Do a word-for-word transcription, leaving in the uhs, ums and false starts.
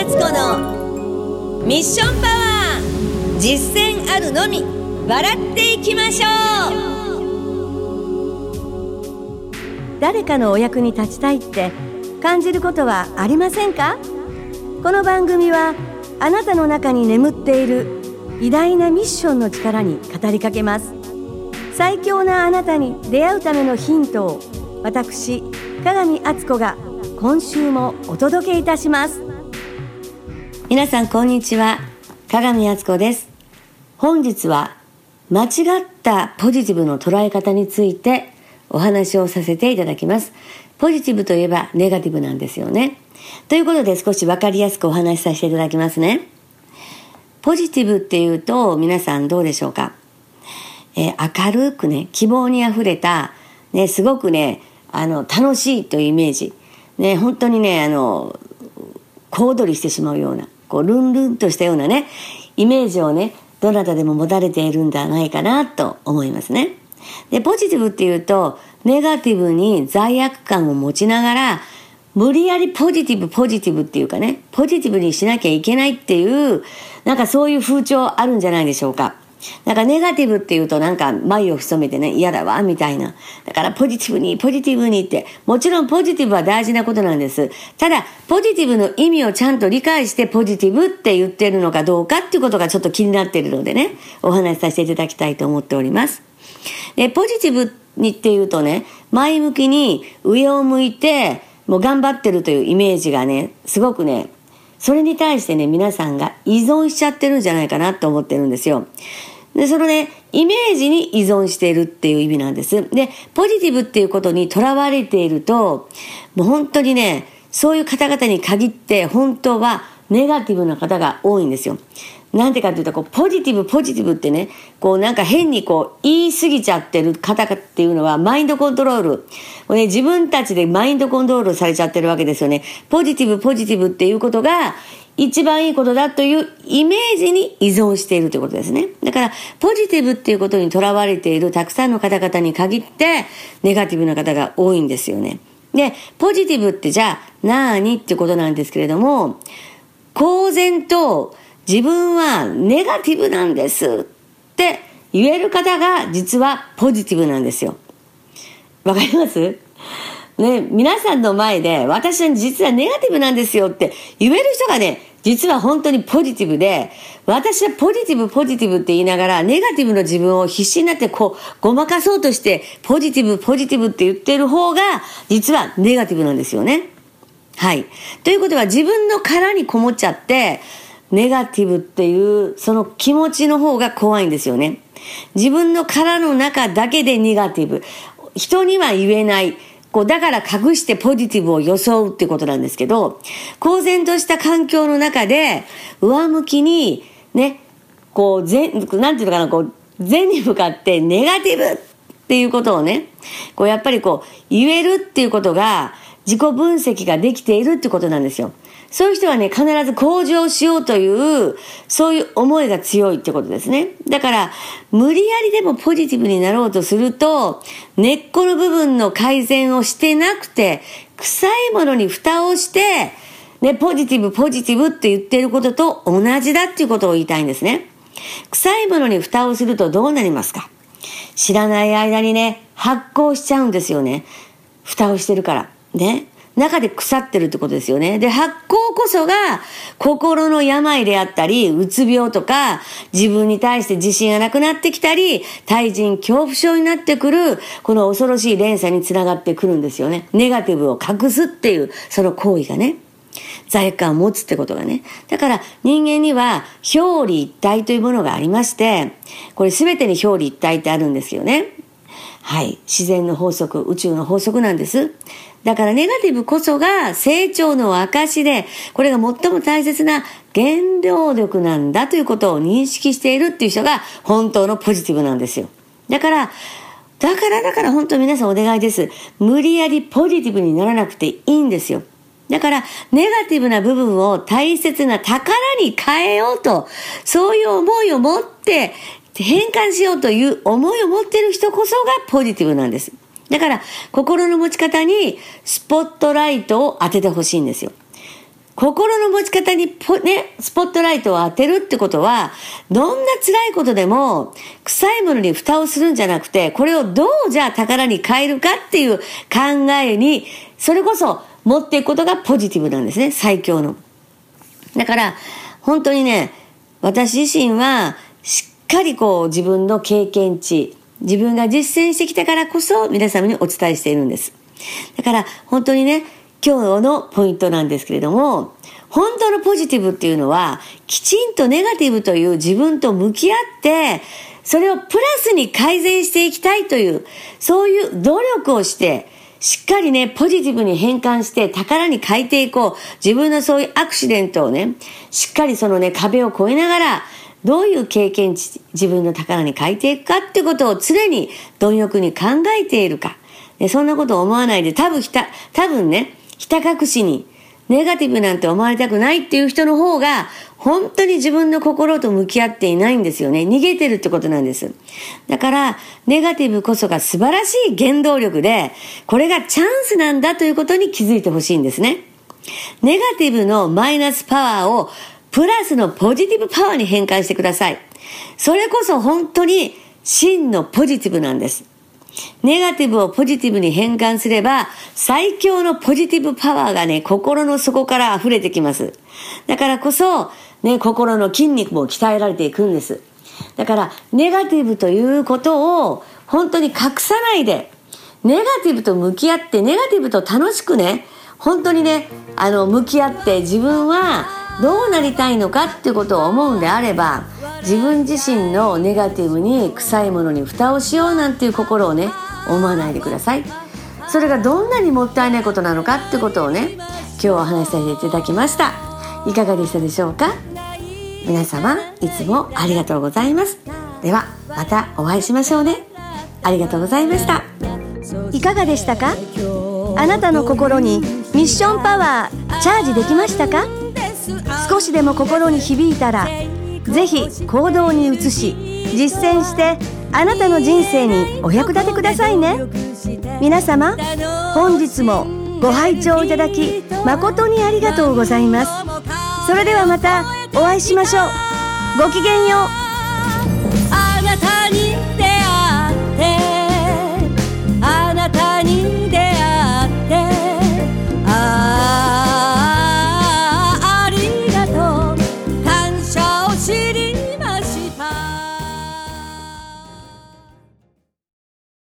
敦子のミッションパワー、実践あるのみ。笑っていきましょう。 誰かのお役に立ちたいって感じることはありませんか？この番組はあなたの中に眠っている偉大なミッションの力に語りかけます。最強なあなたに出会うためのヒントを私、鏡敦子が今週もお届けいたします。皆さんこんにちは、鏡敦子です。本日は間違ったポジティブの捉え方についてお話をさせていただきます。ポジティブといえばネガティブなんですよね。ということで少し分かりやすくお話しさせていただきますね。ポジティブっていうと皆さんどうでしょうか？えー、明るくね、希望にあふれた、ね、すごくね、あの楽しいというイメージ、ね、本当にね、あの小躍りしてしまうような、こうルンルンとしたようなね、イメージをね、どなたでも持たれているんではないかなと思いますね。で、ポジティブっていうと、ネガティブに罪悪感を持ちながら、無理やりポジティブポジティブっていうかね、ポジティブにしなきゃいけないっていう、なんかそういう風潮あるんじゃないでしょうか。なんかネガティブっていうとなんか眉を潜めてね、嫌だわみたいな。だからポジティブにポジティブにって、もちろんポジティブは大事なことなんです。ただポジティブの意味をちゃんと理解してポジティブって言ってるのかどうかっていうことがちょっと気になっているのでね、お話しさせていただきたいと思っております。で、ポジティブにっていうとね、前向きに上を向いてもう頑張ってるというイメージがね、すごくね、それに対してね、皆さんが依存しちゃってるんじゃないかなと思ってるんですよ。で、そのね、イメージに依存しているっていう意味なんです。で、ポジティブっていうことにとらわれていると、もう本当にね、そういう方々に限って本当はネガティブな方が多いんですよ。なんてかっていうと、こうポジティブポジティブってね、こうなんか変にこう言い過ぎちゃってる方っていうのはマインドコントロール、これね、自分たちでマインドコントロールされちゃってるわけですよね。ポジティブポジティブっていうことが一番いいことだというイメージに依存しているということですね。だからポジティブっていうことにとらわれているたくさんの方々に限ってネガティブな方が多いんですよね。で、ポジティブってじゃあ何ってことなんですけれども、公然と自分はネガティブなんですって言える方が実はポジティブなんですよ。わかりますね？皆さんの前で私は実はネガティブなんですよって言える人がね、実は本当にポジティブで、私はポジティブポジティブって言いながらネガティブの自分を必死になってこうごまかそうとしてポジティブポジティブって言ってる方が実はネガティブなんですよね。はい。ということは自分の殻にこもっちゃってネガティブっていうその気持ちの方が怖いんですよね。自分の殻の中だけでネガティブ、人には言えない、こうだから隠してポジティブを装うってことなんですけど、公然とした環境の中で上向きにね、こう善、なんていうのかな、こう善に向かってネガティブっていうことをね、こうやっぱりこう言えるっていうことが自己分析ができているってことなんですよ。そういう人はね、必ず向上しようというそういう思いが強いってことですね。だから無理やりでもポジティブになろうとすると、根っこの部分の改善をしてなくて臭いものに蓋をしてね、ポジティブポジティブって言っていることと同じだっていうことを言いたいんですね。臭いものに蓋をするとどうなりますか？知らない間にね、発酵しちゃうんですよね。蓋をしてるからね。中で腐ってるってことですよね。で、発酵こそが心の病であったり、うつ病とか、自分に対して自信がなくなってきたり、対人恐怖症になってくる、この恐ろしい連鎖につながってくるんですよね。ネガティブを隠すっていう、その行為がね。罪悪感を持つってことがね。だから人間には表裏一体というものがありまして、これ全てに表裏一体ってあるんですよね。はい。自然の法則、宇宙の法則なんです。だからネガティブこそが成長の証で、これが最も大切な原動力なんだということを認識しているっていう人が本当のポジティブなんですよ。だから、だからだから本当皆さんお願いです。無理やりポジティブにならなくていいんですよ。だからネガティブな部分を大切な宝に変えようと、そういう思いを持って変換しようという思いを持っている人こそがポジティブなんです。だから心の持ち方にスポットライトを当ててほしいんですよ。 心の持ち方にポ、ね、スポットライトを当てるってことは、どんな辛いことでも臭いものに蓋をするんじゃなくて、これをどうじゃあ宝に変えるかっていう考えに、それこそ持っていくことがポジティブなんですね、最強の。だから本当にね、私自身はしっかりこう自分の経験値、自分が実践してきたからこそ皆様にお伝えしているんです。だから本当にね、今日のポイントなんですけれども、本当のポジティブっていうのはきちんとネガティブという自分と向き合ってそれをプラスに改善していきたいというそういう努力をしてしっかりねポジティブに変換して宝に変えていこう。自分のそういうアクシデントをねしっかりそのね壁を越えながらどういう経験値自分の宝に変えていくかってことを常に貪欲に考えているか、でそんなことを思わないで多分ひた多分ねひた隠しにネガティブなんて思われたくないっていう人の方が本当に自分の心と向き合っていないんですよね。逃げてるってことなんです。だからネガティブこそが素晴らしい原動力で、これがチャンスなんだということに気づいてほしいんですね。ネガティブのマイナスパワーをプラスのポジティブパワーに変換してください。それこそ本当に真のポジティブなんです。ネガティブをポジティブに変換すれば最強のポジティブパワーがね心の底から溢れてきます。だからこそね心の筋肉も鍛えられていくんです。だからネガティブということを本当に隠さないで、ネガティブと向き合ってネガティブと楽しくね本当にねあの向き合って自分はどうなりたいのかっていうことを思うんであれば、自分自身のネガティブに臭いものに蓋をしようなんていう心をね思わないでください。それがどんなにもったいないことなのかってことをね今日お話しさせていただきました。いかがでしたでしょうか。皆様いつもありがとうございます。ではまたお会いしましょうね。ありがとうございました。 いかがでしたか。あなたの心にミッションパワーチャージできましたか。少しでも心に響いたらぜひ行動に移し実践してあなたの人生にお役立てくださいね。皆様本日もご拝聴いただき誠にありがとうございます。それではまたお会いしましょう。ごきげんよう。